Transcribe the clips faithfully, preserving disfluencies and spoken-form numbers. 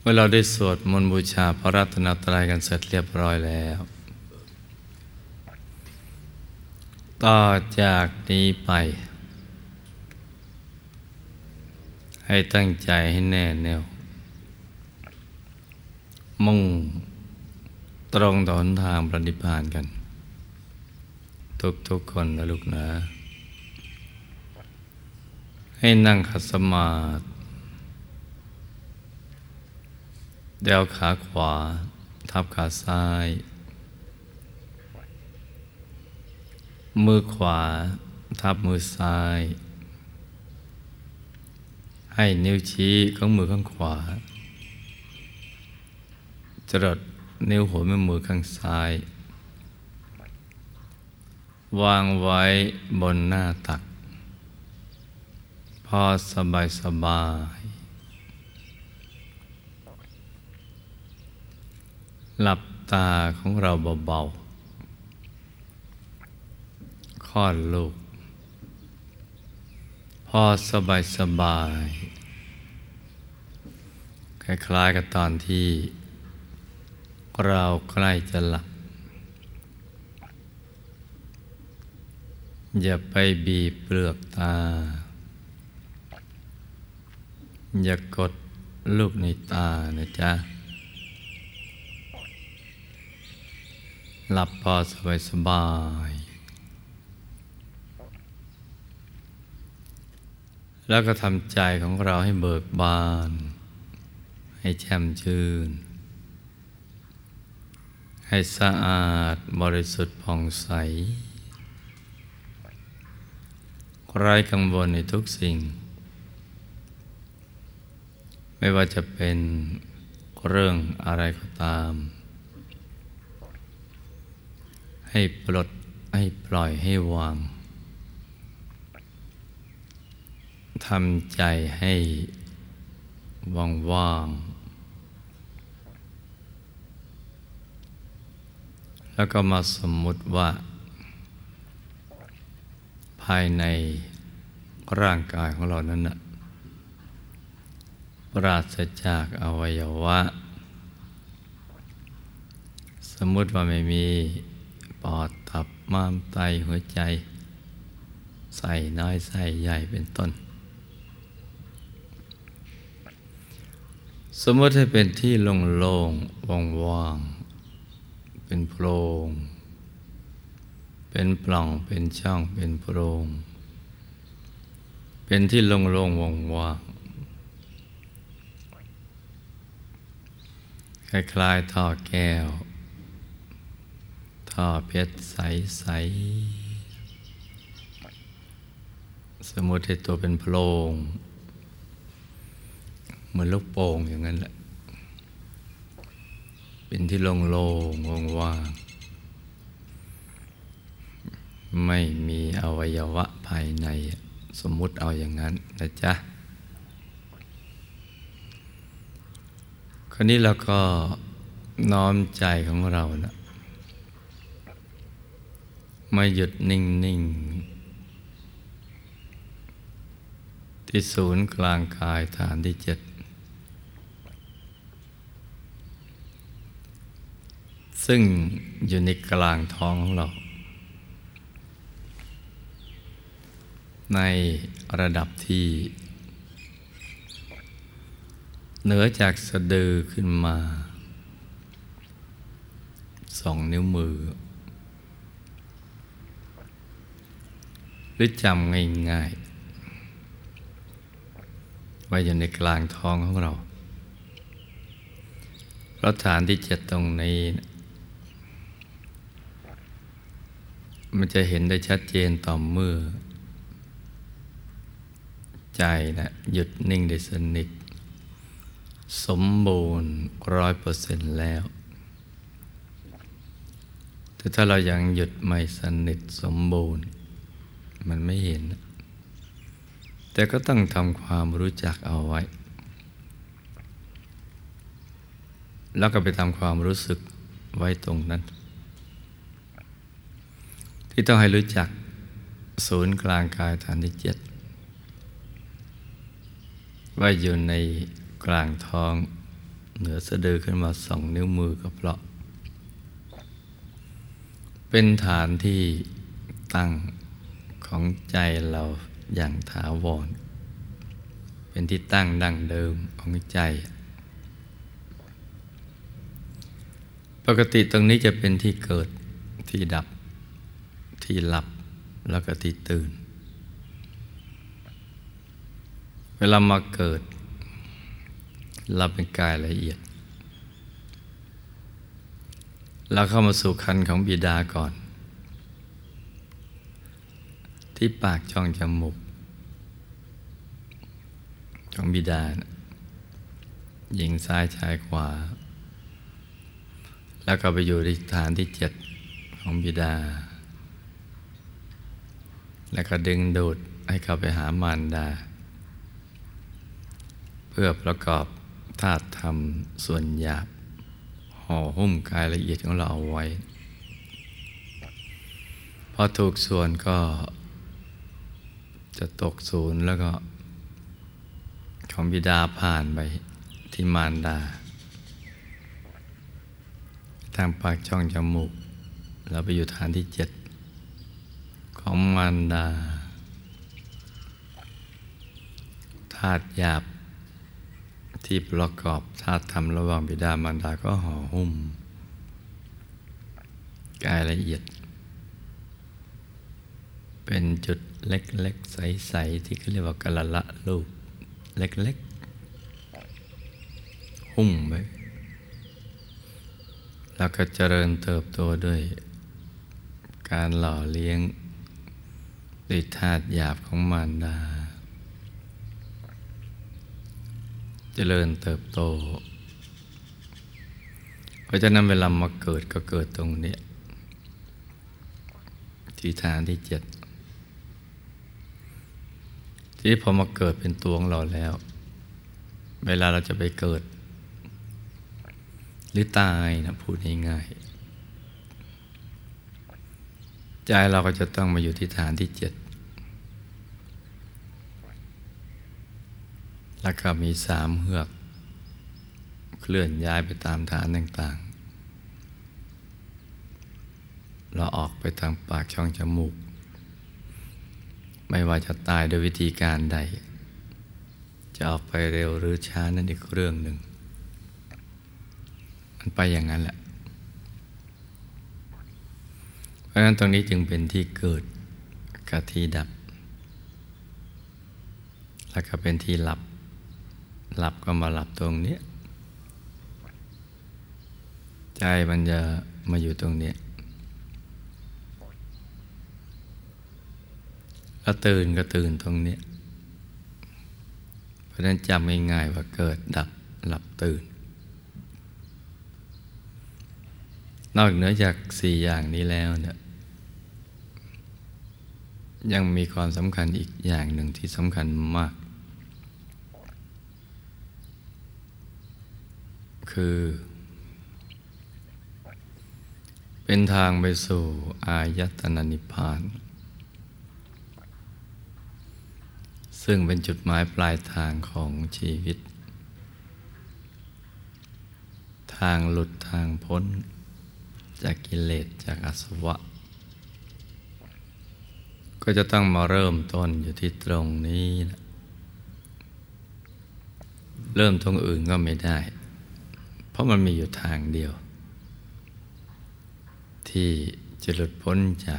มื่อเราได้สวดมนต์บูชาพระรัตนตรัยกันเสร็จเรียบร้อยแล้วต่อจากนี้ไปให้ตั้งใจให้แน่แน่วมุ่งตรงต่อหนทางพระนิพพานกันทุกๆคนนะลูกนะให้นั่งขัดสมาธิเดี่ยวขาขวาทับขาซ้ายมือขวาทับมือซ้ายให้นิ้วชี้ของมือข้างขวาจรดนิ้วหัวแม่มือข้างซ้ายวางไว้บนหน้าตักพอสบายสบายหลับตาของเราเบาๆคลอดลูกพอสบายสบายคล้ายๆกับตอนที่เราใกล้จะหลับอย่าไปบีบเปลือกตาอย่ากดลูกในตานะจ๊ะหลับพอสบายสบายแล้วก็ทำใจของเราให้เบิกบานให้แช่มชื่นให้สะอาดบริสุทธิ์ผ่องใสไร้กังวลในทุกสิ่งไม่ว่าจะเป็นเรื่องอะไรก็ตามให้ปลดให้ปล่อยให้วางทำใจให้ว่างๆแล้วก็มาสมมุติว่าภายในร่างกายของเรานั้นนะปราศจากอวัยวะสมมุติว่าไม่มีปอดตับม้ามไตหัวใจไส้น้อยไส้ใหญ่เป็นต้นสมมติให้เป็นที่โล่งๆว่างๆเป็นโพรงเป็นปล่องเป็นช่องเป็นโพรงเป็นที่โล่งๆว่างๆคล้ายๆท่อแก้วท่อเพชรใสๆสมมติให้ตัวเป็นโพรงเหมือนลูกโป่งอย่างนั้นแหละเป็นที่โล่งๆว่างๆไม่มีอวัยวะภายในสมมุติเอาอย่างนั้นนะจ๊ะคราวนี้เราก็น้อมใจของเรานะมาหยุดนิ่งๆที่ศูนย์กลางกายฐานที่เจ็ดซึ่งอยู่ในกลางท้องของเราในระดับที่เหนือจากสะดือขึ้นมาสองนิ้วมือหรือจำง่ายๆไว้อยู่ในกลางท้องของเราเพราะฐานที่เจ็ดตรงนี้มันจะเห็นได้ชัดเจนต่อเมื่อใจนะหยุดนิ่งได้สนิทสมบูรณ์ร้อยเปอร์เซ็นต์แล้วแต่ถ้าเรายังหยุดไม่สนิทสมบูรณ์มันไม่เห็นแต่ก็ต้องทำความรู้จักเอาไว้แล้วก็ไปทำความรู้สึกไว้ตรงนั้นที่ต้องให้รู้จักศูนย์กลางกายฐานที่เจ็ดว่าอยู่ในกลางท้องเหนือสะดือขึ้นมาสองนิ้วมือก็เพราะเป็นฐานที่ตั้งของใจเราอย่างถาวรเป็นที่ตั้งดั้งเดิมของใจปกติตรงนี้จะเป็นที่เกิดที่ดับที่หลับแล้วก็ที่ตื่นเวลามาเกิดเราเป็นกายละเอียดเราเข้ามาสู่คันของบิดาก่อนที่ปากช่องจมูกของบิดานะหญิงซ้ายชายขวาแล้วก็ไปอยู่ที่ฐานที่เจ็ดของบิดาแล้วก็ดึงดูดให้เข้าไปหามารดาเพื่อประกอบธาตุธรรมส่วนหยาบห่อหุ้มกายละเอียดของเราเอาไว้พอถูกส่วนก็จะตกศูนย์แล้วก็ของบิดาผ่านไปที่มารดาทางปากช่องจมูกเราไปอยู่ฐานที่เจ็ดของมารดาธาตุหยาบที่ประกอบธาตุธรรมระหว่างบิดามารดาก็ห่อหุ้มกายละเอียดเป็นจุดเล็กๆใสๆที่เขาเรียกว่ากะละละลูกเล็กๆหุ้มไว้แล้วก็เจริญเติบโตด้วยการหล่อเลี้ยงด้วยธาตุหยาบของมารดาเจริญเติบโตเพราะฉะนั้นเวลามาเกิดก็เกิดตรงนี้ที่ฐานที่เจ็ดที่พอมาเกิดเป็นตัวของเราแล้วเวลาเราจะไปเกิดหรือตายนะพูดง่ายๆใจเราก็จะต้องมาอยู่ที่ฐานที่เจ็ดแล้วก็มีสามเฮือกเคลื่อนย้ายไปตามฐานต่างๆเราออกไปทางปากช่องจมูกไม่ว่าจะตายโดยวิธีการใดจะออกไปเร็วหรือช้านั่นอีกเรื่องหนึ่งมันไปอย่างนั้นแหละเพราะฉะนั้นตรงนี้จึงเป็นที่เกิดกับที่ดับแล้วก็เป็นที่หลับหลับก็มาหลับตรงนี้ใจมันจะมาอยู่ตรงนี้แล้วตื่นก็ตื่นตรงนี้เพราะฉะนั้นจำง่ายๆว่าเกิดดับหลับตื่นนอกเหนือจากสี่อย่างนี้แล้วเนี่ยยังมีความสำคัญอีกอย่างหนึ่งที่สำคัญมากคือเป็นทางไปสู่อายตนะนิพพานซึ่งเป็นจุดหมายปลายทางของชีวิตทางหลุดทางพ้นจากกิเลสจากอาสวะก็จะต้องมาเริ่มต้นอยู่ที่ตรงนี้นะเริ่มตรงอื่นก็ไม่ได้เพราะมันมีอยู่ทางเดียวที่จะหลุดพ้นจาก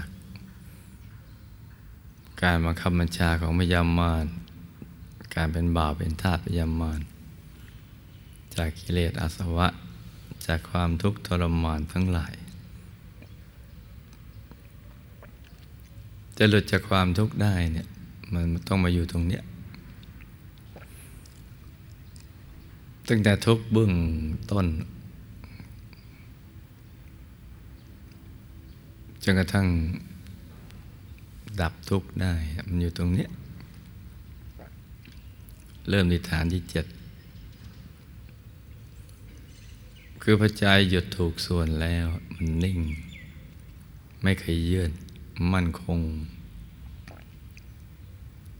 การบังคับบัญชาของพยามารการเป็นบ่าวเป็นทาสพยามารจากกิเลสอาสวะจากความทุกข์ทรมานทั้งหลายจะหลุดจากความทุกข์ได้เนี่ยมันต้องมาอยู่ตรงเนี้ยตั้งแต่ทุกข์เบื้องต้นจนกระทั่งดับทุกข์ได้มันอยู่ตรงเนี้ยเริ่มที่ฐานที่เจ็ดคือพระใจหยุดถูกส่วนแล้วมันนิ่งไม่เคยเยื่อนมั่นคง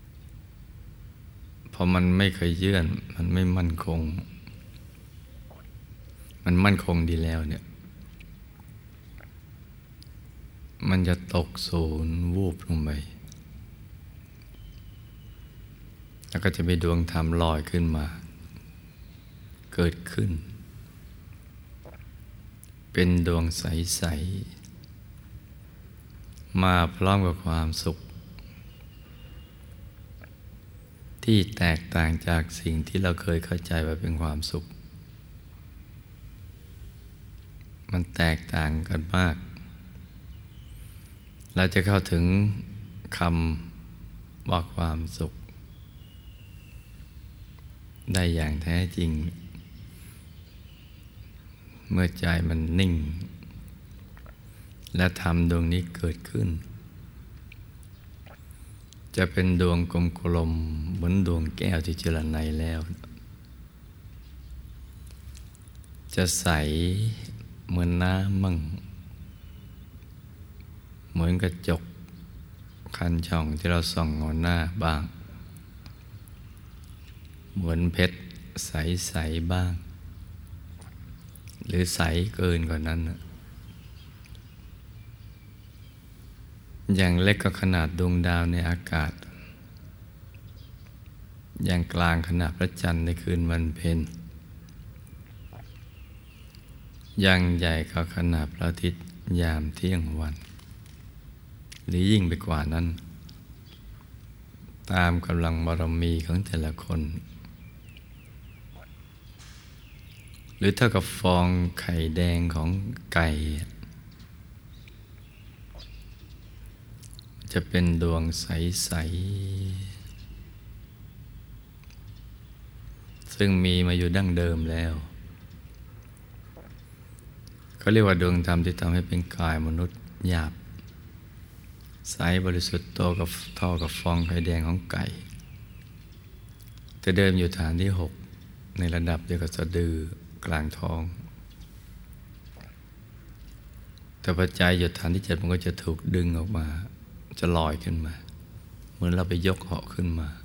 พอมันไม่เคยเยื่อนมันไม่มั่นคงมันมั่นคงดีแล้วเนี่ยมันจะตกศูนย์วูบลงไปแล้วก็จะมีดวงธรรมลอยขึ้นมาเกิดขึ้นเป็นดวงใสๆมาพร้อมกับความสุขที่แตกต่างจากสิ่งที่เราเคยเข้าใจว่าเป็นความสุขมันแตกต่างกันมากเราจะเข้าถึงคำว่าความสุขได้อย่างแท้จริงเมื่อใจมันนิ่งและธรรมดวงนี้เกิดขึ้นจะเป็นดวงกลมๆเหมือนดวงแก้วที่เจริญในแล้วจะใสเหมือนน้ำมั่งเหมือนกระจกคันช่องที่เราส่องเงาหน้าบ้างเหมือนเพชรใสๆบ้างหรือใสเกินกว่านั้นอย่างเล็กก็ขนาดดวงดาวในอากาศอย่างกลางขนาดพระจันทร์ในคืนวันเพ็ญอย่างใหญ่ก็ขนาดพระอาทิตย์ยามเที่ยงวันหรือยิ่งไปกว่านั้นตามกำลังบารมีของแต่ละคนหรือเท่ากับฟองไข่แดงของไก่จะเป็นดวงใสๆซึ่งมีมาอยู่ดั้งเดิมแล้วเขาเรียกว่าดวงธรรมที่ทำให้เป็นกายมนุษย์หยาบใสบริสุทธิ์โตกับเท่ากับฟองไข่แดงของไก่แต่เดิมอยู่ฐานที่หกในระดับเดียวกับสะดือกลางท้องแต่พอใจหยุดฐานที่เจ็ดมันก็จะถูกดึงออกมาจะลอยขึ้นมาเหมือนเราไปยกเหาะขึ้นมา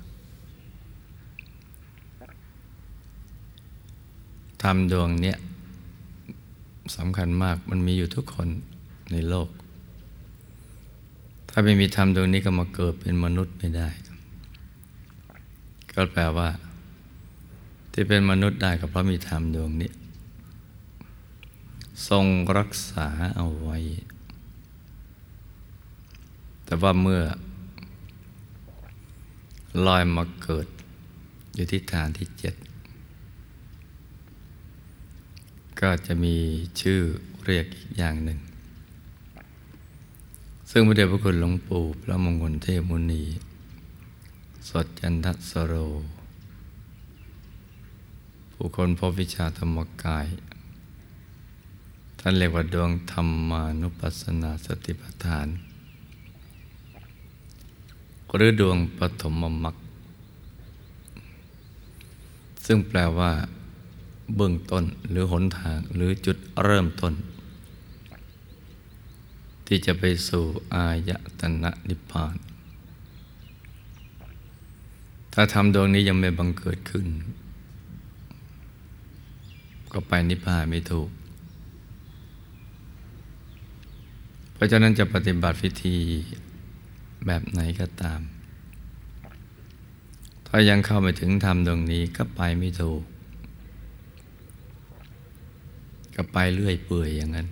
ธรรมดวงเนี้ยสำคัญมากมันมีอยู่ทุกคนในโลกถ้าไม่มีธรรมดวงนี้ก็มาเกิดเป็นมนุษย์ไม่ได้ก็แปลว่าที่เป็นมนุษย์ได้ก็เพราะมีธรรมดวงนี้ทรงรักษาเอาไว้แต่ว่าเมื่อลอยมาเกิดอยู่ที่ฐานที่เจ็ดก็จะมีชื่อเรียกอีกอย่างหนึ่งซึ่งพระเดชพระคุณหลวงปู่พระมงคลเทพมุนีสดจันทสโรผู้คนพบวิชาธรรมกายท่านเรียกว่าดวงธรรมานุปัสสนาสติปัฏฐานหรือดวงปฐมมรรคซึ่งแปลว่าเบื้องต้นหรือหนทางหรือจุดเริ่มต้นที่จะไปสู่อายตนะนิพพานถ้าทำดวงนี้ยังไม่บังเกิดขึ้นก็ไปนิพพานไม่ถูกเพราะฉะนั้นจะปฏิบัติพิธีแบบไหนก็ตามถ้ายังเข้าไม่ถึงธรรมดวงนี้ก็ไปไม่ถูกก็ไปเรื่อยเปื่อยอย่างนั้น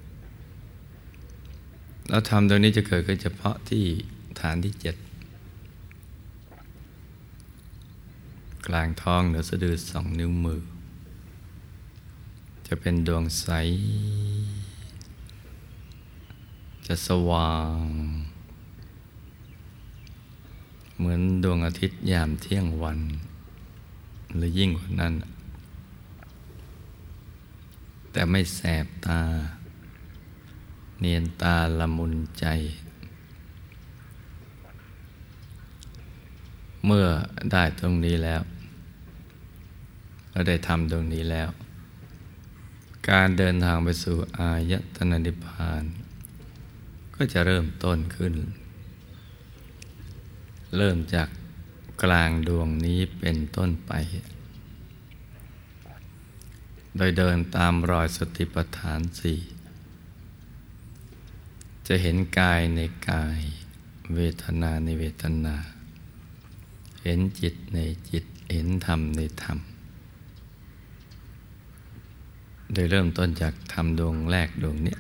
แล้วธรรมดวงนี้จะเกิดขึ้นเฉพาะที่ฐานที่เจ็ดกลางท้องเหนือสะดือสองนิ้วมือจะเป็นดวงใสจะสว่างเหมือนดวงอาทิตย์ยามเที่ยงวันหรือยิ่งกว่านั้นแต่ไม่แสบตาเนียนตาละมุนใจเมื่อได้ตรงนี้แล้วเราได้ทำตรงนี้แล้วการเดินทางไปสู่อายตนะนิพพานก็จะเริ่มต้นขึ้นเริ่มจากกลางดวงนี้เป็นต้นไปโดยเดินตามรอยสติปัฏฐานสี่จะเห็นกายในกายเวทนาในเวทนาเห็นจิตในจิตเห็นธรรมในธรรมโดยเริ่มต้นจากธรรมดวงแรกดวงนี้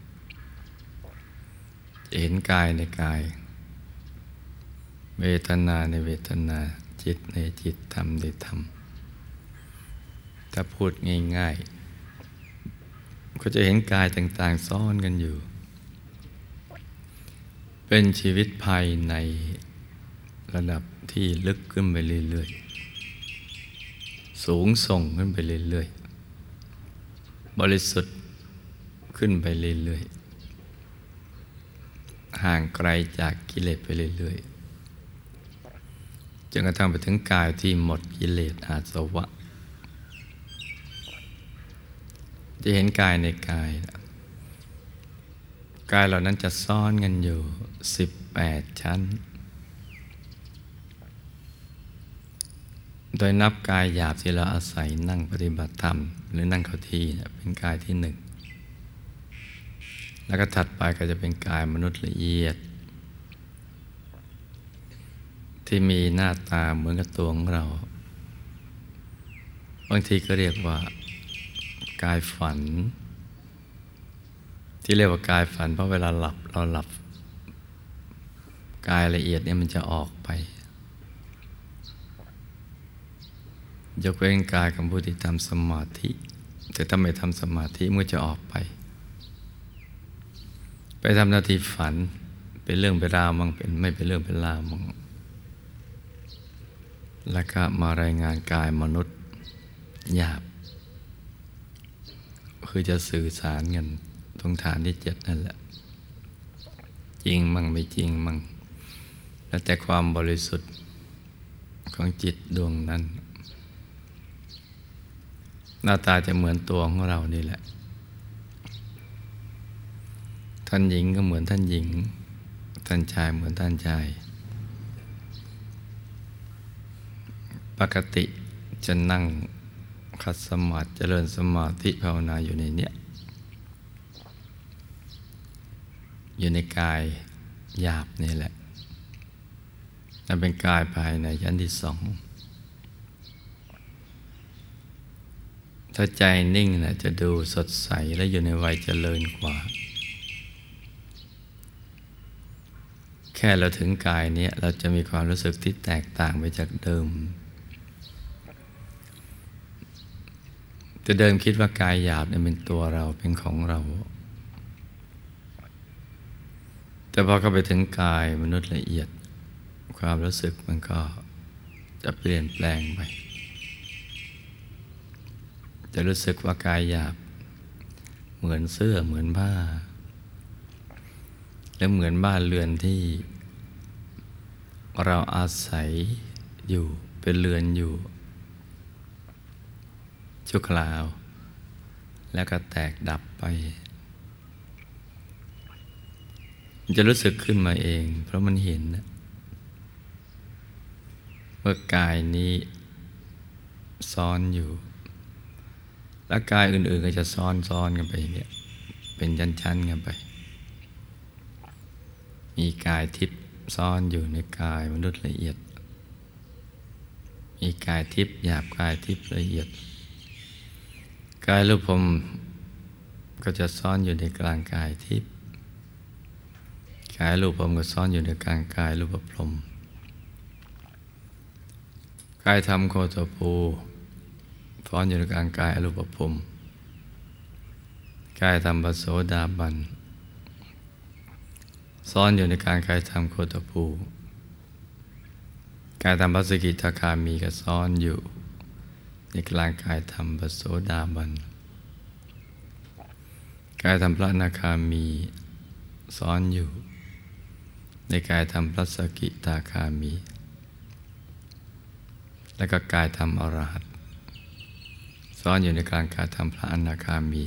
จะเห็นกายในกายเวทนาในเวทนาจิตในจิตธรรมในธรรมถ้าพูดง่ายๆก็จะเห็นกายต่างๆซ้อนกันอยู่เป็นชีวิตภายในระดับที่ลึกขึ้นไปเรื่อยๆสูงส่งขึ้นไปเรื่อยๆบริสุทธิ์ขึ้นไปเรื่อยๆห่างไกลจากกิเลสไปเรื่อยๆจนกระทั่งไปถึงกายที่หมดกิเลสอาสวะจะเห็นกายในกายกายเหล่านั้นจะซ่อนกันอยู่สิบแปดชั้นโดยนับกายหยาบที่เราอาศัยนั่งปฏิบัติธรรมหรือนั่งเข้าที่เป็นกายที่หนึ่งแล้วก็ถัดไปก็จะเป็นกายมนุษย์ละเอียดที่มีหน้าตาเหมือนกับตัวของเราบางทีก็เรียกว่ากายฝันที่เรียกว่ากายฝันเพราะเวลาหลับเราหลับกายละเอียดเนี่ยมันจะออกไปยกเว้นกายของผู้ที่ทำสมาธิแต่ถ้าไม่ทำสมาธิมันจะออกไปไปทำหน้าที่ฝันเป็นเรื่องเป็นราวมั่งเป็นไม่เป็นเรื่องเป็นราวมั่งแล้วก็มารายงานกายมนุษย์หยาบคือจะสื่อสารกันตรงฐานที่เจ็ดนั่นแหละจริงมั่งไม่จริงมั่งแล้วแต่ความบริสุทธิ์ของจิตดวงนั้นหน้าตาจะเหมือนตัวของเรานี่แหละท่านหญิงก็เหมือนท่านหญิงท่านชายเหมือนท่านชายปกติจะนั่งขัดสมาธิเจริญสมาธิภาวนาอยู่ในเนี้ยอยู่ในกายหยาบนี่แหละนั่นเป็นกายภายในชั้นที่สองถ้าใจนิ่งนะจะดูสดใสและอยู่ในวัยเจริญกว่าแค่เราถึงกายนี้เราจะมีความรู้สึกที่แตกต่างไปจากเดิมแต่เดิมคิดว่ากายหยาบเนี่ยเป็นตัวเราเป็นของเราแต่พอเข้าไปถึงกายมนุษย์ละเอียดความรู้สึกมันก็จะเปลี่ยนแปลงไปจะรู้สึกว่ากายหยาบเหมือนเสื้อเหมือนผ้าและเหมือนบ้านเรือนที่เราอาศัยอยู่เป็นเรือนอยู่ชั่วคราวแล้วก็แตกดับไปมันจะรู้สึกขึ้นมาเองเพราะมันเห็นว่ากายนี้ซ้อนอยู่และกายอื่นๆก็จะซ้อนซ้อนกันไปเนี่ยเป็นชั้นๆกันไปมีกายทิพย์ซ้อนอยู่ในกายมนุษย์ละเอียดมีกายทิพย์หยาบกายทิพย์ละเอียดกายรูปพรหมก็จะซ่อนอยู่ในกลางกายทิพย์กายรูปพรหมก็ซ่อนอยู่ในกลางกายรูปพรหมกายธรรมโคตภูซ่อนอยู่ในกลางกายอรูปพรหมกายธรรมปโสดาบันซ่อนอยู่ในกลางกายธรรมโคตภูกายธรรมพระสกิทาคามีก็ซ่อนอยู่ในกลางกายธรรมปโสดาบันกายธรรมพระอนาคามีซ้อนอยู่ในกายธรรมพระสกิทาคามีและก็กายธรรมอรหันต์ซ้อนอยู่ในกลางกายธรรมพระอนาคามี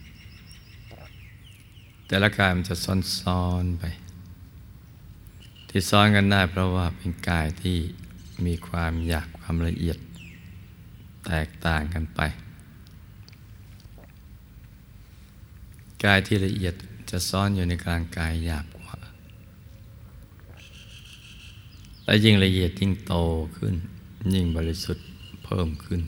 แต่ละกายมันจะซ้อนๆไปที่ซ้อนกันได้เพราะว่าเป็นกายที่มีความหยาบความละเอียดแตกต่างกันไปกายที่ละเอียดจะซ่อนอยู่ในกลางกายหยาบกว่าและยิ่งละเอียดยิ่งโตขึ้นยิ่งบริสุทธิ์เพิ่มขึ้น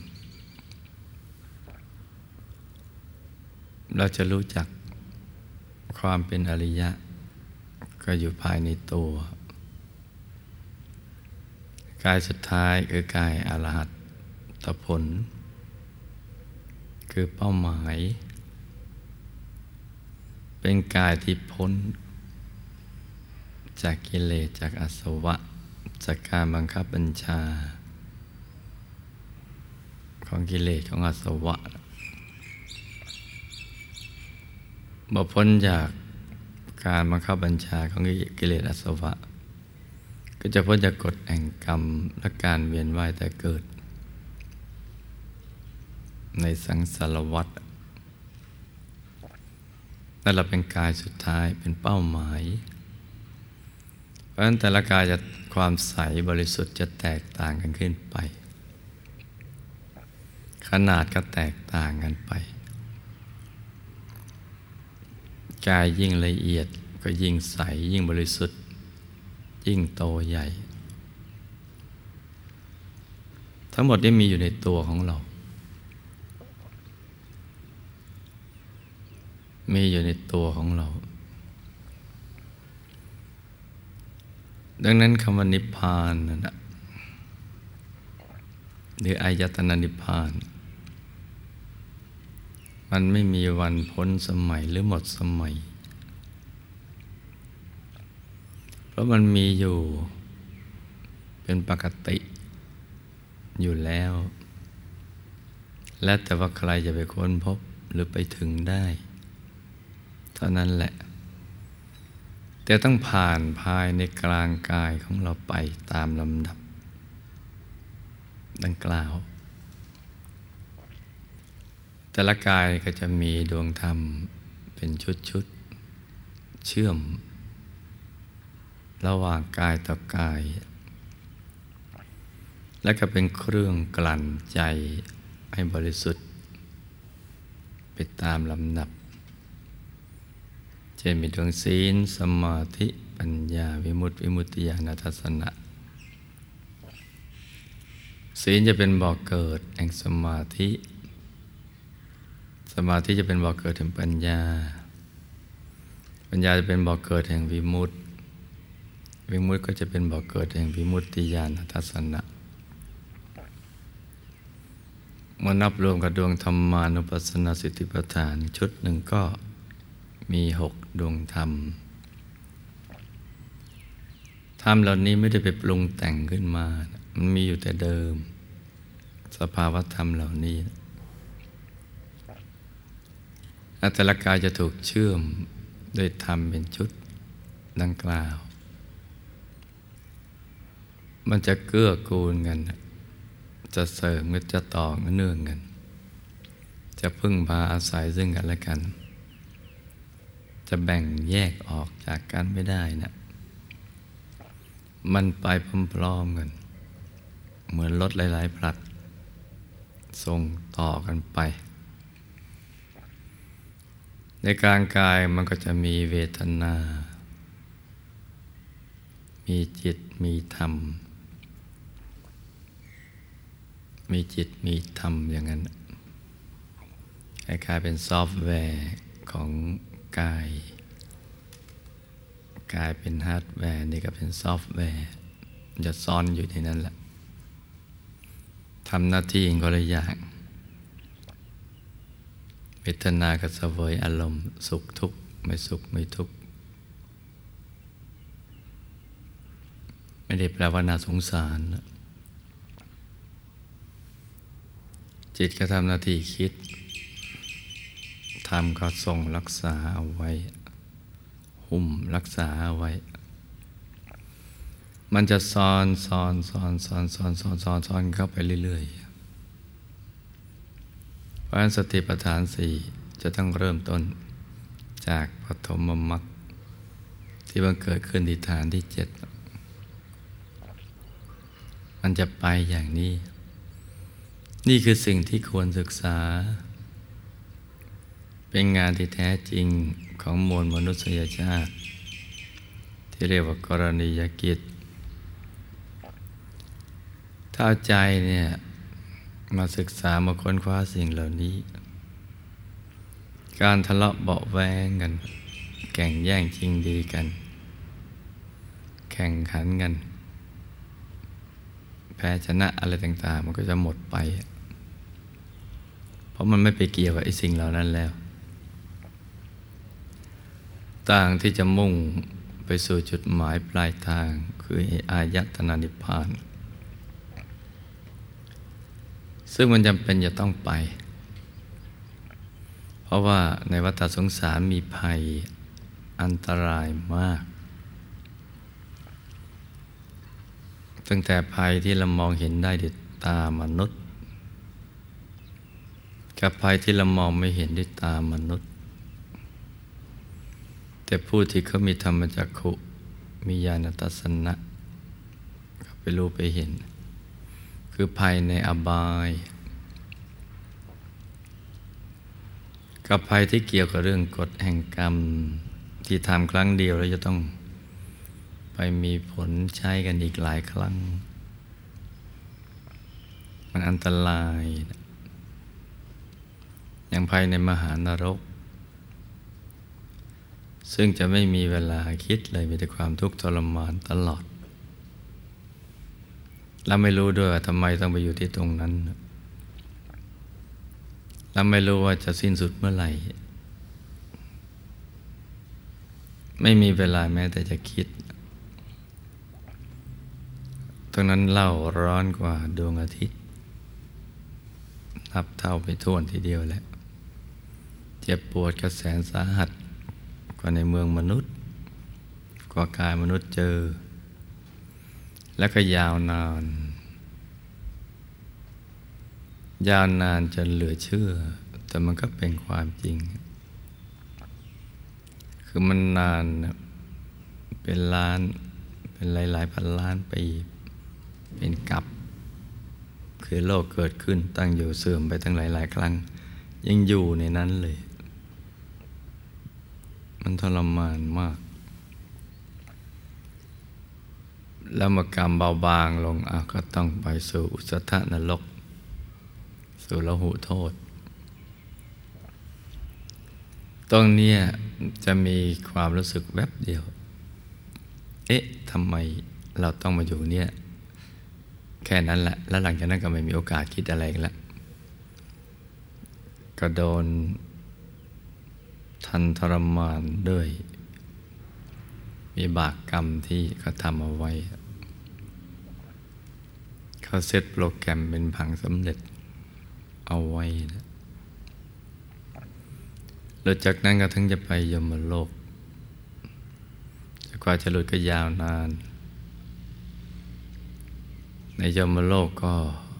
เราจะรู้จักความเป็นอริยะก็อยู่ภายในตัวกายสุดท้ายคือกายอรหัตตผลคือเป้าหมายเป็นกายที่พ้นจากกิเลสจากอาสวะจากการบังคับบัญชาของกิเลสของอาสวะบ่พ้นจากการบังคับบัญชาของกิเลสอาสวะก็จะพ้นจากกฎแห่งกรรมและการเวียนว่ายแต่เกิดในสังสารวัฏนั่นเราเป็นกายสุดท้ายเป็นเป้าหมายเพราะฉะนั้นแต่ละกายจะความใสบริสุทธิ์จะแตกต่างกันขึ้นไปขนาดก็แตกต่างกันไปกายยิ่งละเอียดก็ยิ่งใสยิ่งบริสุทธิ์ยิ่งโตใหญ่ทั้งหมดนี้มีอยู่ในตัวของเรามีอยู่ในตัวของเราดังนั้นคำว่านิพพานนั่นแหละหรืออายตนะนิพพานมันไม่มีวันพ้นสมัยหรือหมดสมัยเพราะมันมีอยู่เป็นปกติอยู่แล้วและแต่ว่าใครจะไปค้นพบหรือไปถึงได้เท่านั้นแหละแต่ต้องผ่านภายในกลางกายของเราไปตามลำดับดังกล่าวแต่ละกายก็จะมีดวงธรรมเป็นชุดๆเชื่อมระหว่างกายต่อกายและก็เป็นเครื่องกลั่นใจให้บริสุทธิ์ไปตามลำดับเช่นมีดวงศีลสมาธิปัญญาวิมุตติวิมุตติญาณทัสสนะศีลจะเป็นบ่อเกิดแห่งสมาธิสมาธิจะเป็นบ่อเกิดแห่งปัญญาปัญญาจะเป็นบ่อเกิดแห่งวิมุตติวิมุตติก็จะเป็นบ่อเกิดแห่งวิมุตติญาณทัสสนะเมื่อนับรวมกับดวงธรรมานุปัสสนาสติปัฏฐานชุดหนึ่งก็มีหกดวงธรรมธรรมเหล่านี้ไม่ได้ไปปรุงแต่งขึ้นมามันมีอยู่แต่เดิมสภาวะธรรมเหล่านี้แต่ละกายจะถูกเชื่อมด้วยธรรมเป็นชุดดังกล่าวมันจะเกื้อกูลกันจะเสริมก็จะต่อเนื่องกันจะพึ่งพาอาศัยซึ่งกันและกันจะแบ่งแยกออกจากกันไม่ได้นะมันไปพร้อมๆกันเหมือนรถหลายๆผลัดส่งต่อกันไปในกลางกายมันก็จะมีเวทนามีจิตมีธรรมมีจิตมีธรรมอย่างนั้นคล้ายๆเป็นซอฟต์แวร์ของกายกายเป็นฮาร์ดแวร์นี่ก็เป็นซอฟต์แวร์จะซ่อนอยู่ในนั้นแหละทำหน้าที่คนละอย่างเวทนากับเสวยอารมณ์สุขทุกข์ไม่สุขไม่ทุกข์ไม่ได้แปลว่าน่าสงสารนะจิตก็ทำหน้าที่คิดธรรมก็ทรงรักษาเอาไว้หุ้มรักษาเอาไว้มันจะซ้อนซ้อนซ้อนซ้อนซ้อนซ้อนซ้อนซ้อนเข้าไปเรื่อยๆเพราะฉะนั้นสติปัฏฐานสี่จะต้องเริ่มต้นจากปฐมมรรคที่บังเกิดขึ้นที่ฐานที่เจ็ดมันจะไปอย่างนี้นี่คือสิ่งที่ควรศึกษาเป็นงานที่แท้จริงของมวลมนุษยชาติที่เรียกว่ากรณียกิจถ้าเอาใจเนี่ยมาศึกษามาค้นคว้าสิ่งเหล่านี้การทะเลาะเบาะแว้งกันแข่งแย่งชิงดีกันแข่งขันกันแพ้ชนะอะไรต่างๆมันก็จะหมดไปเพราะมันไม่ไปเกี่ยวกับไอ้สิ่งเหล่านั้นแล้วต่างที่จะมุ่งไปสู่จุดหมายปลายทางคืออายตนะนิพพานซึ่งมันจำเป็นจะต้องไปเพราะว่าในวัฏสงสารมีภัยอันตรายมากตั้งแต่ภัยที่เรามองเห็นได้ด้วยตามนุษย์กับภัยที่เรามองไม่เห็นด้วยตามนุษย์แต่ผู้ที่เขามีธรรมจักขุมีญาณทัสสนะเขาไปรู้ไปเห็นคือภัยในอบายกับภัยที่เกี่ยวกับเรื่องกฎแห่งกรรมที่ทำครั้งเดียวแล้วจะต้องไปมีผลใช้กันอีกหลายครั้งมันอันตรายอย่างภัยในมหานรกซึ่งจะไม่มีเวลาคิดเลยมีแต่ความทุกข์ทรมานตลอดและไม่รู้ด้วยว่าทำไมต้องไปอยู่ที่ตรงนั้นและไม่รู้ว่าจะสิ้นสุดเมื่อไหร่ไม่มีเวลาแม้แต่จะคิดตรงนั้นเล่าร้อนกว่าดวงอาทิตย์นับเท่าไปท่วนทีเดียวแหละเจ็บปวดกระแสนสาหัสกว่าในเมืองมนุษย์กว่ากายมนุษย์เจอและก็ยาวนานยาวนานจนเหลือเชื่อแต่มันก็เป็นความจริงคือมันนานเป็นล้านเป็นหลายๆพันล้านปีเป็นกับคือโลกเกิดขึ้นตั้งอยู่เสื่อมไปตั้งหลายๆครั้งยังอยู่ในนั้นเลยมันทรมานมากแล้วเมื่อกรรมเบาบางลงอ่ะก็ต้องไปสู่อุสธนรกสู่ละหุโทษตรงนี้จะมีความรู้สึกแวบเดียวเอ๊ะทำไมเราต้องมาอยู่เนี่ยแค่นั้นแหละแล้วหลังจากนั้นก็ไม่มีโอกาสคิดอะไรอีกแล้วก็โดนทันทรมานด้วยมีบากกรรมที่เขาทำเอาไว้เขาเซตโปรแกรมเป็นผังสำเร็จเอาไว้นะหลุดจากนั้นก็ถึงจะไปยมโลกแต่กว่าจะหลุดก็ยาวนานในยมโลกก็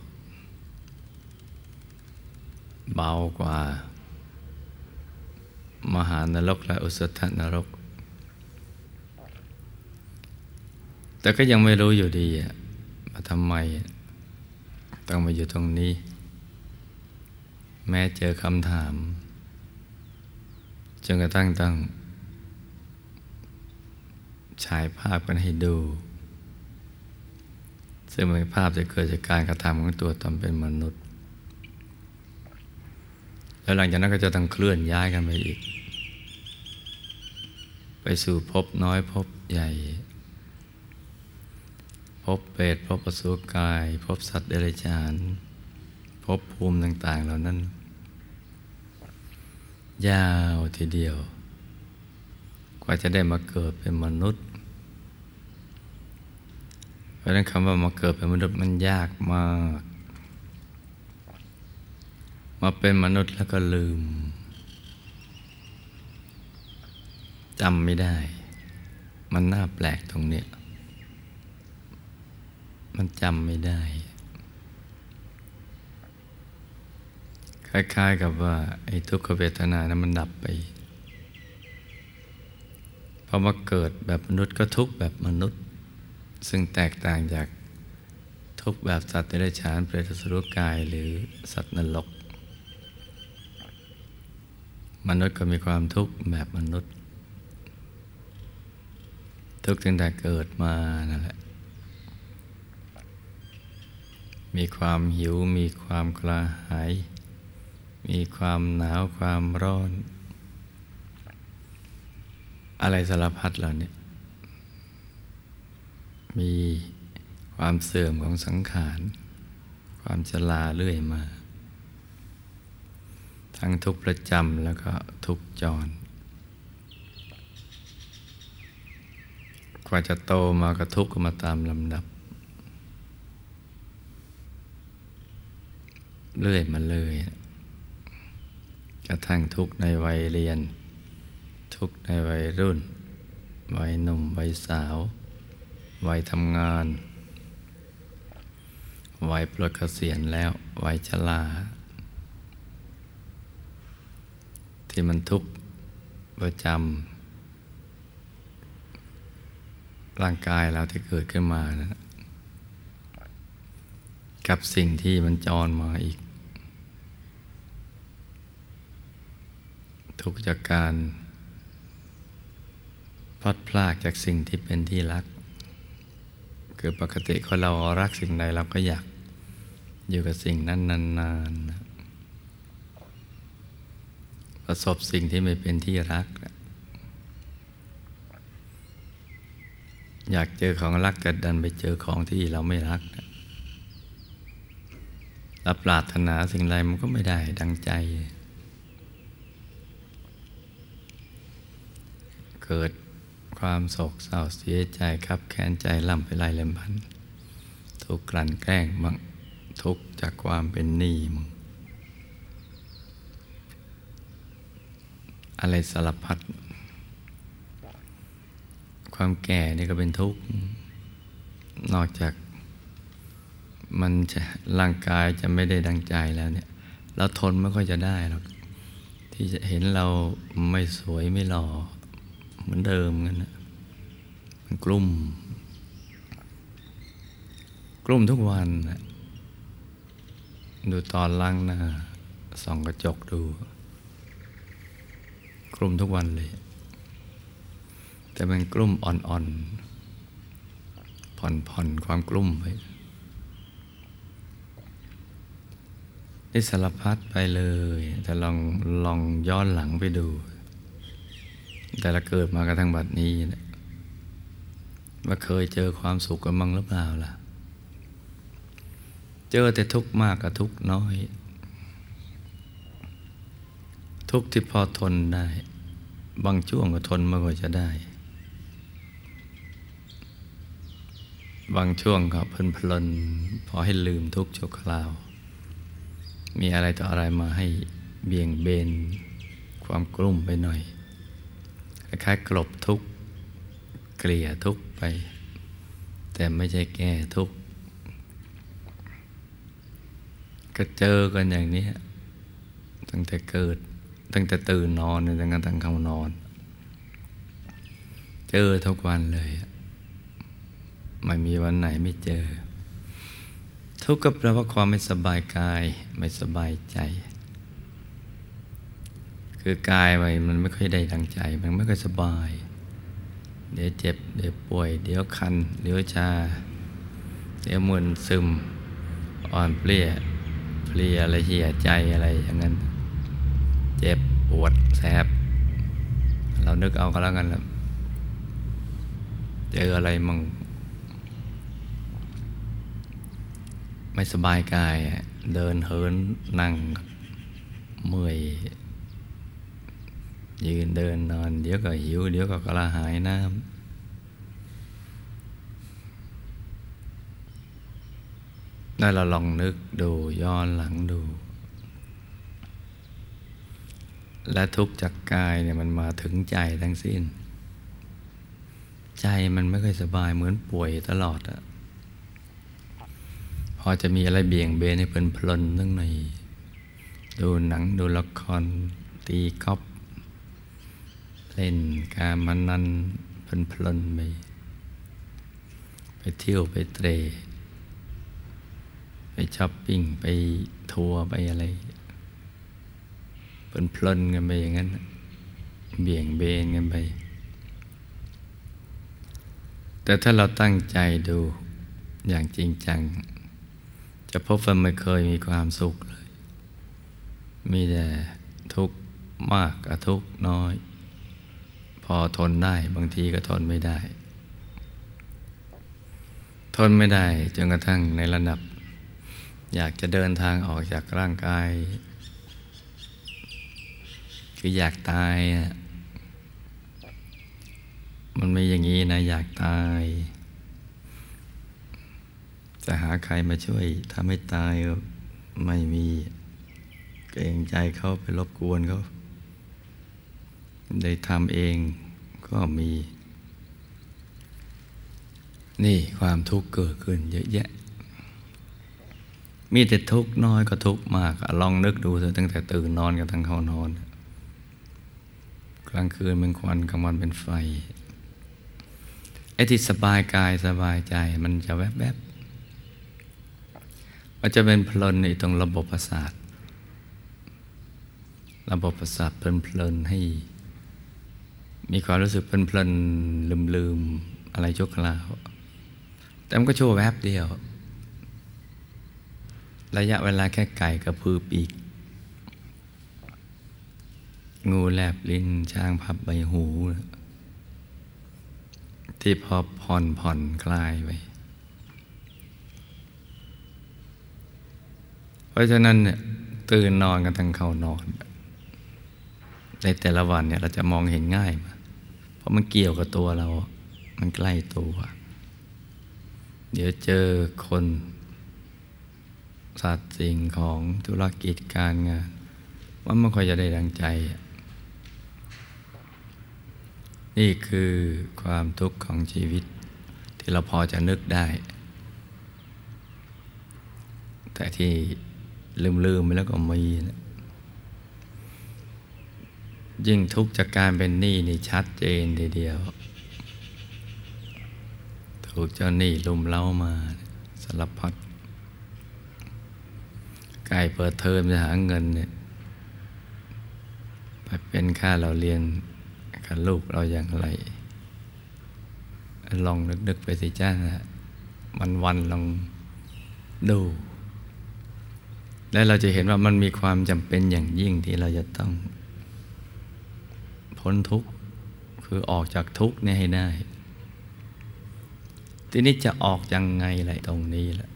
เบากว่ามหานรกและอุสธนรกแต่ก็ยังไม่รู้อยู่ดีว่าทำไมต้องมาอยู่ตรงนี้แม้เจอคำถามจนกระทั่งต้องฉายภาพกันให้ดูซึ่งเป็นภาพจะเกิดจากการกระทำของตัวตนเป็นมนุษย์แล้วหลังจากนั้นก็จะต้องเคลื่อนย้ายกันไปอีกไปสู่ภพน้อยภพใหญ่ภพเปรตภพอสุรกายภพสัตว์เดรัจฉานภพภูมิต่างๆเหล่านั้นยาวทีเดียวกว่าจะได้มาเกิดเป็นมนุษย์เพราะฉะนั้นคำว่ามาเกิดเป็นมนุษย์มันยากมากมาเป็นมนุษย์แล้วก็ลืมจำไม่ได้มันน่าแปลกตรงเนี้ยมันจำไม่ได้คล้ายๆกับว่าไอ้ทุกขเวทนานั้นมันดับไปพอมาเกิดแบบมนุษย์ก็ทุกข์แบบมนุษย์ซึ่งแตกต่างจากทุกข์แบบสัตว์เดรัจฉานเปรตอสุรกายหรือสัตว์นรกมนุษย์ก็มีความทุกข์แบบมนุษย์ทุกข์ตั้งแต่เกิดมานั่นแหละมีความหิวมีความกระหายมีความหนาวความร้อนอะไรสารพัดเหล่านี้มีความเสื่อมของสังขารความชราเรื่อยมาทั้งทุกข์ประจำแล้วก็ทุกข์จรกว่าจะโตมาก็ทุกข์มาตามลำดับเรื่อยมาเลยกระทั่งทุกข์ในวัยเรียนทุกข์ในวัยรุ่นวัยหนุ่มวัยสาววัยทำงานวัยปลดเกษียณแล้ววัยชราที่มันทุกข์ประจำร่างกายเราที่เกิดขึ้นมานะกับสิ่งที่มันจรมาอีกทุกข์จากการพลัดพรากจากสิ่งที่เป็นที่รักคือปกติคนเรารักสิ่งใดเราก็อยากอยู่กับสิ่งนั้นนานๆประสบสิ่งที่ไม่เป็นที่รักอยากเจอของรักแต่ดันไปเจอของที่เราไม่รักแล้วปรารถนาสิ่งใดมันก็ไม่ได้ดังใจเกิดความโศกเศร้าเสียใจครับแค้นใจล่ำไปไล่เล่มพันทุกข์กลั่นแกล้งบ้างทุกข์จากความเป็นหนี้มึงอะไรสารพัดความแก่นี่ก็เป็นทุกข์นอกจากมันจะร่างกายจะไม่ได้ดังใจแล้วเนี่ยเราทนไม่ค่อยจะได้หรอกที่จะเห็นเราไม่สวยไม่หล่อเหมือนเดิมงั้นนะมันกลุ้มกลุ้มทุกวันนะดูตอนล้างหน้าส่องกระจกดูกลุ้มทุกวันเลยแต่มันกลุ้มอ่อนๆผ่อนๆความกลุ้มไปนี่สารพัดไปเลยแต่ลองลองย้อนหลังไปดูแต่ละเกิดมากระทั่งบัดนี้เนี่ยว่าเคยเจอความสุขกันบ้างหรือเปล่าล่ะเจอแต่ทุกข์มากกับทุกข์น้อยทุกข์ที่พอทนได้บางช่วงก็ทนไม่ค่อยจะได้บางช่วงก็เพลินๆพอให้ลืมทุกข์ชั่วคราวมีอะไรต่ออะไรมาให้เบี่ยงเบนความกลุ้มไปหน่อยคล้ายๆกลบทุกข์เกลี่ยทุกข์ไปแต่ไม่ใช่แก้ทุกข์ก็เจอกันอย่างนี้ตั้งแต่เกิดตั้งแต่ตื่นนอนตั้งแต่ตั้งเข้านอนเจอทุกวันเลยไม่มีวันไหนไม่เจอทุกข์ก็แปลว่าความไม่สบายกายไม่สบายใจคือกายไปมันไม่ค่อยได้ดังใจมันไม่ค่อยสบายเดี๋ยวเจ็บเดี๋ยวป่วยเดี๋ยวคันเดี๋ยวชาเดี๋ยวมึนซึมอ่อนเปลี้ยเพลียอะไรเหี่ยใจอะไรอย่างนั้นเจ็บปวดแสบเรานึกเอาก็แล้วกันแล้วเจออะไรมั่งไม่สบายกายเดินเหินนั่งเมื่อยยืนเดินนอนเดี๋ยวก็หิวเดี๋ยวก็กระหายน้ำนั่นเราลองนึกดูย้อนหลังดูและทุกข์จากกายเนี่ยมันมาถึงใจทั้งสิ้นใจมันไม่ค่อยสบายเหมือนป่วยตลอดอะพอจะมีอะไรเบี่ยงเบนให้เพลินเพลินตั้งในดูหนังดูละครตีกอล์ฟเล่นการพนันเพลินเพลินไปไปเที่ยวไปเตร่ไปช้อปปิ้งไปทัวร์ไปอะไรเป็นเพลินกันไปอย่างนั้นเบี่ยงเบนกันไปแต่ถ้าเราตั้งใจดูอย่างจริงจังจะพบว่าไม่เคยมีความสุขเลยมีแต่ทุกข์มากกับทุกข์น้อยพอทนได้บางทีก็ทนไม่ได้ทนไม่ได้จนกระทั่งในระดับอยากจะเดินทางออกจากร่างกายคืออยากตายอ่ะมันไม่อย่างนี้นะอยากตายจะหาใครมาช่วยทำให้ตายก็ไม่มีเกรงใจเขาไปรบกวนเขาได้ทำเองก็มีนี่ความทุกข์เกิดขึ้นเยอะแยะมีแต่ทุกข์น้อยก็ทุกข์มากลองนึกดูเถอะตั้งแต่ตื่นนอนกันทั้งเข้านอนกลางคืนเป็นควันกลางวันเป็นไฟไอ้ที่สบายกายสบายใจมันจะแวบๆมันจะเป็นเพลินในตรงระบบประสาทระบบประสาทเพลินๆให้มีความรู้สึกเพลินๆลืมๆอะไรชั่วคราวแต่มันก็ชั่วแวบเดียวระยะเวลาแค่ไก่กระพือปีกงูแลบลิ้นช้างพับใบหูที่พอผ่อนผ่อนคลายไปเพราะฉะนั้นเนี่ยตื่นนอนกันทั้งเข้านอนในแต่ละวันเนี่ยเราจะมองเห็นง่ายมาเพราะมันเกี่ยวกับตัวเรามันใกล้ตัวเดี๋ยวเจอคนสัตว์สิ่งของธุรกิจการงานว่าไม่ค่อยจะได้ดังใจนี่คือความทุกข์ของชีวิตที่เราพอจะนึกได้แต่ที่ลืมๆไปแล้วก็มีนะยิ่งทุกข์จากการเป็นหนี้นี่ชัดเจนทีเดียวถูกเจ้าหนี้ลุมเล้ามาสารพัดใกล้เปิดเทอมจะหาเงินเนี่ยไปเป็นค่าเราเรียนกับลูกเราอย่างไรลองนึกๆไปสิจ้านะวันวันลองดูและเราจะเห็นว่ามันมีความจำเป็นอย่างยิ่งที่เราจะต้องพ้นทุกข์คือออกจากทุกข์นี่ให้ได้ทีนี้จะออกยังไงอะไรตรงนี้แหละ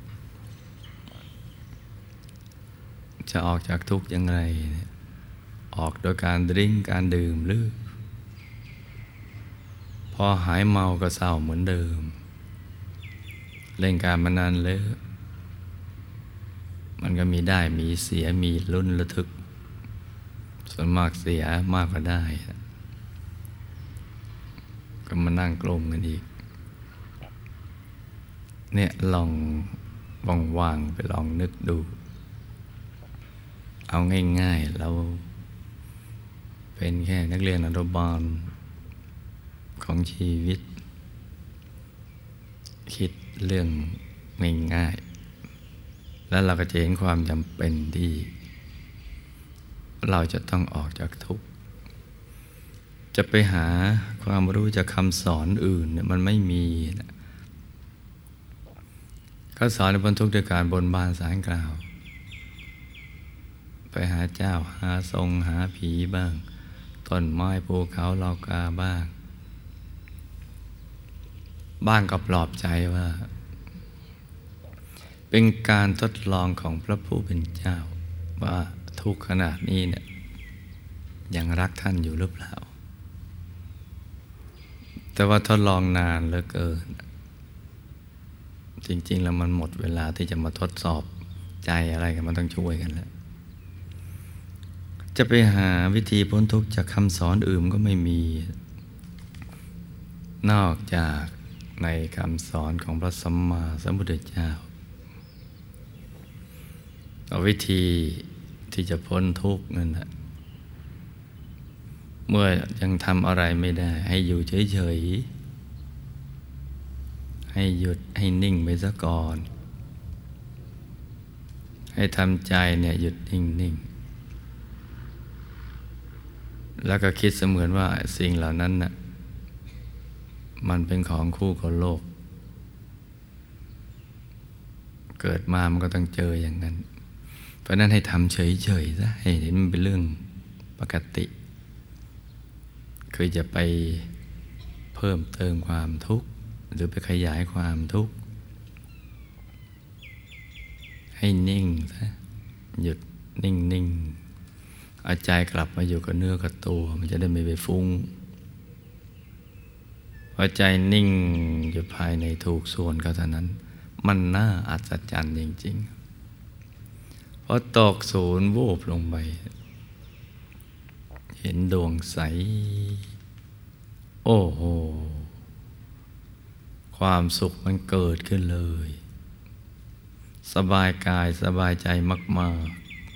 จะออกจากทุกข์ยังไงออกโดยการดื่มการดื่มหรือพอหายเมาก็เศร้าเหมือนเดิมเล่นการพนันเลยมันก็มีได้มีเสียมีลุ้นระทึกส่วนมากเสียมากกว่าได้ก็มานั่งกลมกันอีกเนี่ยลองว่างๆไปลองนึกดูเอาง่ายๆเราเป็นแค่นักเรียนอนุบาลของชีวิตคิดเรื่องง่ายๆแล้วเราก็จะเห็นความจำเป็นที่เราจะต้องออกจากทุกข์จะไปหาความรู้จากคำสอนอื่นเนี่ยมันไม่มีนะเขาสอนในพ้นทุกข์ด้วยการบนบานศาลกล่าวไปหาเจ้าหาทรงหาผีบ้างต้นไม้ภูเขาเหล่ากาบ้างบ้างก็ปลอบใจว่าเป็นการทดลองของพระผู้เป็นเจ้าว่าทุกข์ขนาดนี้เนี่ยยังรักท่านอยู่หรือเปล่าแต่ว่าทดลองนานเหลือเกินจริงๆแล้วมันหมดเวลาที่จะมาทดสอบใจอะไรกันมันต้องช่วยกันแล้วจะไปหาวิธีพ้นทุกข์จากคำสอนอื่นก็ไม่มีนอกจากในคำสอนของพระสัมมาสัมพุทธเจ้าวิธีที่จะพ้นทุกข์นั่นแหละเมื่อยังทำอะไรไม่ได้ให้อยู่เฉยๆให้หยุดให้นิ่งไปซะก่อนให้ทำใจเนี่ยหยุดนิ่งแล้วก็คิดเสมือนว่าสิ่งเหล่านั้นน่ะมันเป็นของคู่กับโลกเกิดมามันก็ต้องเจออย่างนั้นเพราะนั้นให้ทำเฉยๆซะให้เห็นมันเป็นเรื่องปกติคือจะไปเพิ่มเติมความทุกข์หรือไปขยายความทุกข์ให้นิ่งซะหยุดนิ่งนิ่งเอาใจกลับมาอยู่กับเนื้อกับตัวมันจะได้ไม่ไปฟุ้งพอใจนิ่งอยู่ภายในถูกส่วนก็เท่านั้นมันน่าอัศจรรย์จริงๆพอตกศูนย์วูบลงไปเห็นดวงใสโอ้โหความสุขมันเกิดขึ้นเลยสบายกายสบายใจมาก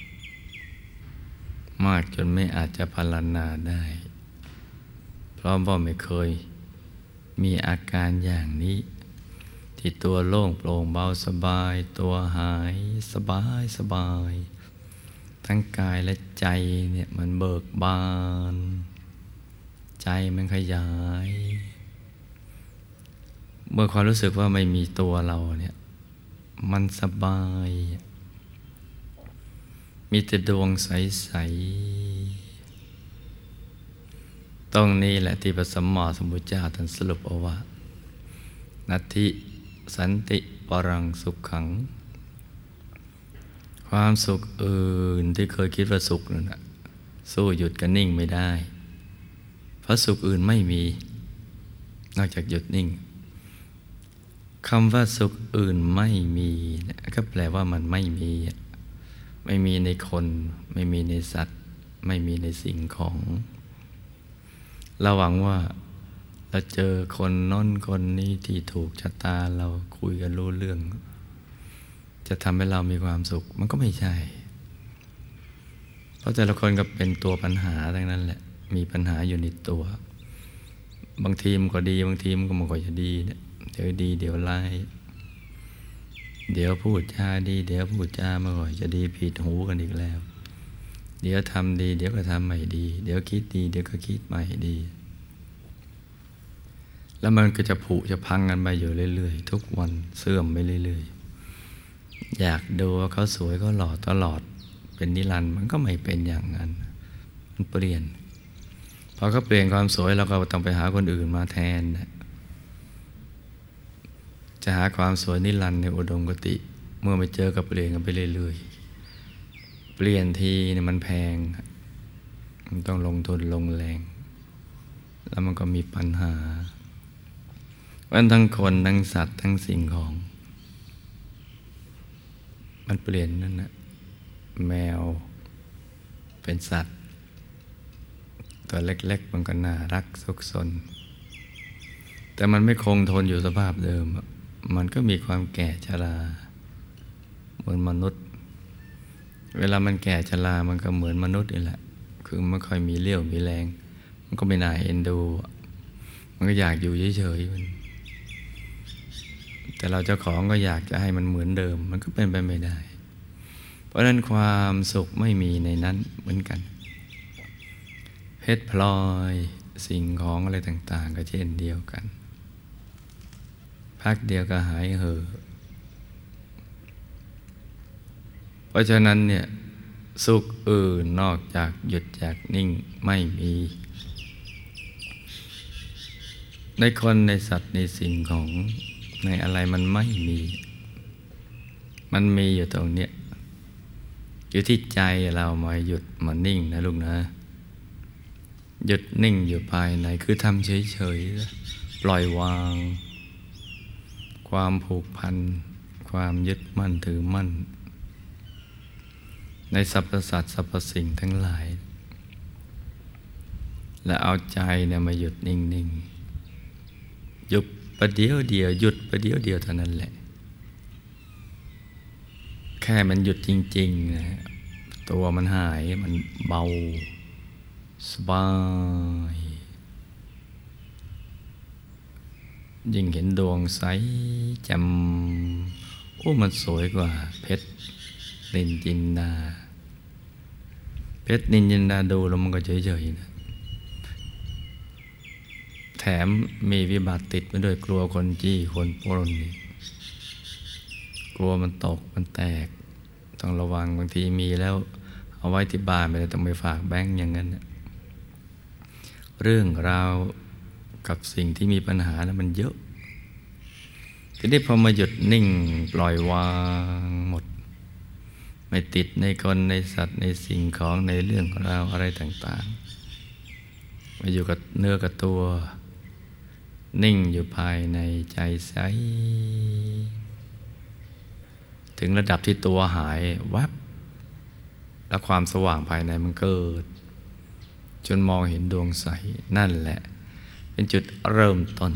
ๆมากจนไม่อาจจะพรรณนาได้เพราะว่าไม่เคยมีอาการอย่างนี้ที่ตัวโล่งโปร่งเบาสบายตัวหายสบายสบายทั้งกายและใจเนี่ยมันเบิกบานใจมันขยายเมื่อความรู้สึกว่าไม่มีตัวเราเนี่ยมันสบายมีแต่ดวงใสๆตรงนี้แหละที่พระสัมมาสัมพุทธเจ้าท่านสรุปเอาว่านัตถิสันติปรังสุขขังความสุขอื่นที่เคยคิดว่าสุขนั่นน่ะสู้หยุดกันนิ่งไม่ได้เพราะสุขอื่นไม่มีนอกจากหยุดนิ่งคำว่าสุขอื่นไม่มีก็แปลว่ามันไม่มีไม่มีในคนไม่มีในสัตว์ไม่มีในสิ่งของเราหวังว่าเราเจอคนน้นคนนี้ที่ถูกชะตาเราคุยกันรู้เรื่องจะทำให้เรามีความสุขมันก็ไม่ใช่เพราะแต่ละคนก็เป็นตัวปัญหาทั้งนั้นแหละมีปัญหาอยู่ในตัวบางทีมันก็ดีบางทีมันก็ไม่ค่อยจะดีเนี่ยเดี๋ยวดีเดี๋ยวร้ายเดี๋ยวพูดจาดีเดี๋ยวพูดจาไม่ค่อยจะดีผิดหูกันอีกแล้วเดี๋ยวทำดีเดี๋ยวก็ทำไม่ดีเดี๋ยวคิดดีเดี๋ยวก็คิดไม่ดีแล้วมันก็จะผุจะพังกันไปอยู่เรื่อยๆทุกวันเสื่อมไปเรื่อยๆอยากดูว่าเขาสวยเขาหล่อตลอดเป็นนิรันดร์มันก็ไม่เป็นอย่างนั้นมันเปลี่ยนพอเขาเปลี่ยนความสวยเราก็ต้องไปหาคนอื่นมาแทนจะหาความสวยนิรันดร์ในอุดมคติเมื่อไปเจอกับเปลี่ยนกันไปเรื่อยๆเปลี่ยนทีเนี่ยมันแพงมันต้องลงทุนลงแรงแล้วมันก็มีปัญหาวันทั้งคนทั้งสัตว์ทั้งสิ่งของมันเปลี่ยนนั่นนะแมวเป็นสัตว์ตัวเล็กๆมันก็น่ารักซุกซนแต่มันไม่คงทนอยู่สภาพเดิมมันก็มีความแก่ชราเหมือนมนุษย์เวลามันแก่ชรามันก็เหมือนมนุษย์นี่แหละคือไม่ค่อยมีเรี่ยวมีแรงมันก็ไม่น่าเอ็นดูมันก็อยากอยู่เฉยๆมันแต่เราเจ้าของก็อยากจะให้มันเหมือนเดิมมันก็เป็นไปไม่ได้เพราะฉะนั้นความสุขไม่มีในนั้นเหมือนกันเพชรพลอยสิ่งของอะไรต่างๆก็เช่นเดียวกันพักเดียวก็หายเห่อเพราะฉะนั้นเนี่ยสุขอื่นนอกจากหยุดจากนิ่งไม่มีในคนในสัตว์ในสิ่งของในอะไรมันไม่มีมันมีอยู่ตรงเนี้ยอยู่ที่ใจเรามาหยุดมานิ่งนะลูกนะหยุดนิ่งอยู่ภายในคือทำเฉยๆปล่อยวางความผูกพันความยึดมั่นถือมั่นในสรรพสัตว์สรรพสิ่งทั้งหลายและเอาใจเนี่ยมาหยุดนิ่งๆหยุดประเดี๋ยวเดียวหยุดประเดี๋ยวเดียวเท่านั้นแหละแค่มันหยุดจริงๆนะตัวมันหายมันเบาสบายยิ่งเห็นดวงใสแจ่มโอ้มันสวยกว่าเพชรนินจินดาเพชรนินจินดาดูแล้วมันก็เฉยๆนะมมีวิบัติติดมาด้วยกลัวคนจี้คนปล้นอีกกลัวมันตกมันแตกต้องระวังบางทีมีแล้วเอาไว้ที่บ้านไม่ได้ต้องไปฝากแบงก์อย่างนั้นเรื่องราวกับสิ่งที่มีปัญหาแล้วมันเยอะทีนี้พอมาหยุดนิ่งปล่อยวางหมดไม่ติดในคนในสัตว์ในสิ่งของในเรื่องราวอะไรต่างๆมาอยู่กับเนื้อกับตัวนิ่งอยู่ภายในใจใสถึงระดับที่ตัวหายวับแล้วความสว่างภายในมันเกิดจนมองเห็นดวงใสนั่นแหละเป็นจุดเริ่มต้น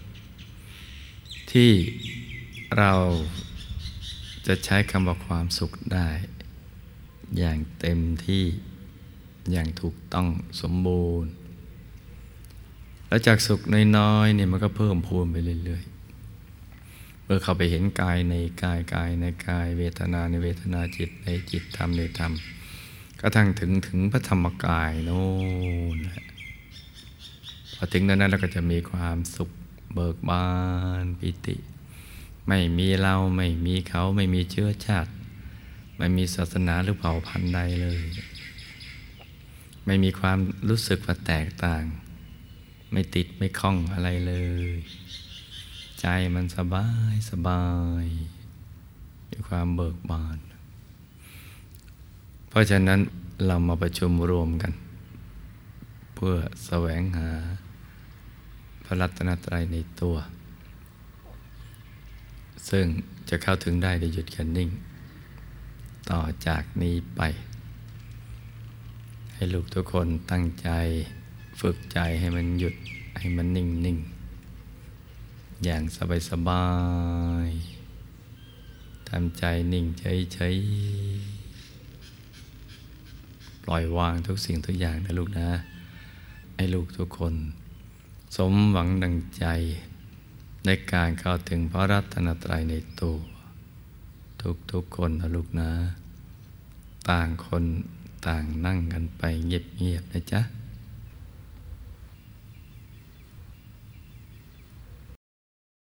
ที่เราจะใช้คำว่าความสุขได้อย่างเต็มที่อย่างถูกต้องสมบูรณ์แล้วจากสุขน้อยๆเนี่ยมันก็เพิ่มพูนไปเรื่อยๆเมื่อเข้าไปเห็นกายในกายกายในกายเวทนาในเวทนาจิตในจิตธรรมในธรรมกระทั่งถึงถึงพระธรรมกายโน่นพอถึงนั้นเราก็จะมีความสุขเบิกบานปิติไม่มีเราไม่มีเขาไม่มีเชื้อชาติไม่มีศาสนาหรือเผ่าพันธุ์ใดเลยไม่มีความรู้สึกว่าแตกต่างไม่ติดไม่คล้องอะไรเลยใจมันสบายสบายมีความเบิกบานเพราะฉะนั้นเรามาประชุมรวมกันเพื่อแสวงหาพระรัตนตรัยในตัวซึ่งจะเข้าถึงได้โดยหยุดกันนิ่งต่อจากนี้ไปให้ลูกทุกคนตั้งใจฝึกใจให้มันหยุดให้มันนิ่งนิ่งอย่างสบายสบายทำใจนิ่งเฉยเฉยปล่อยวางทุกสิ่งทุกอย่างนะลูกนะให้ลูกทุกคนสมหวังดังใจในการเข้าถึงพระรัตนตรัยในตัวทุกๆคนนะลูกนะต่างคนต่างนั่งกันไปเงียบๆนะจ๊ะ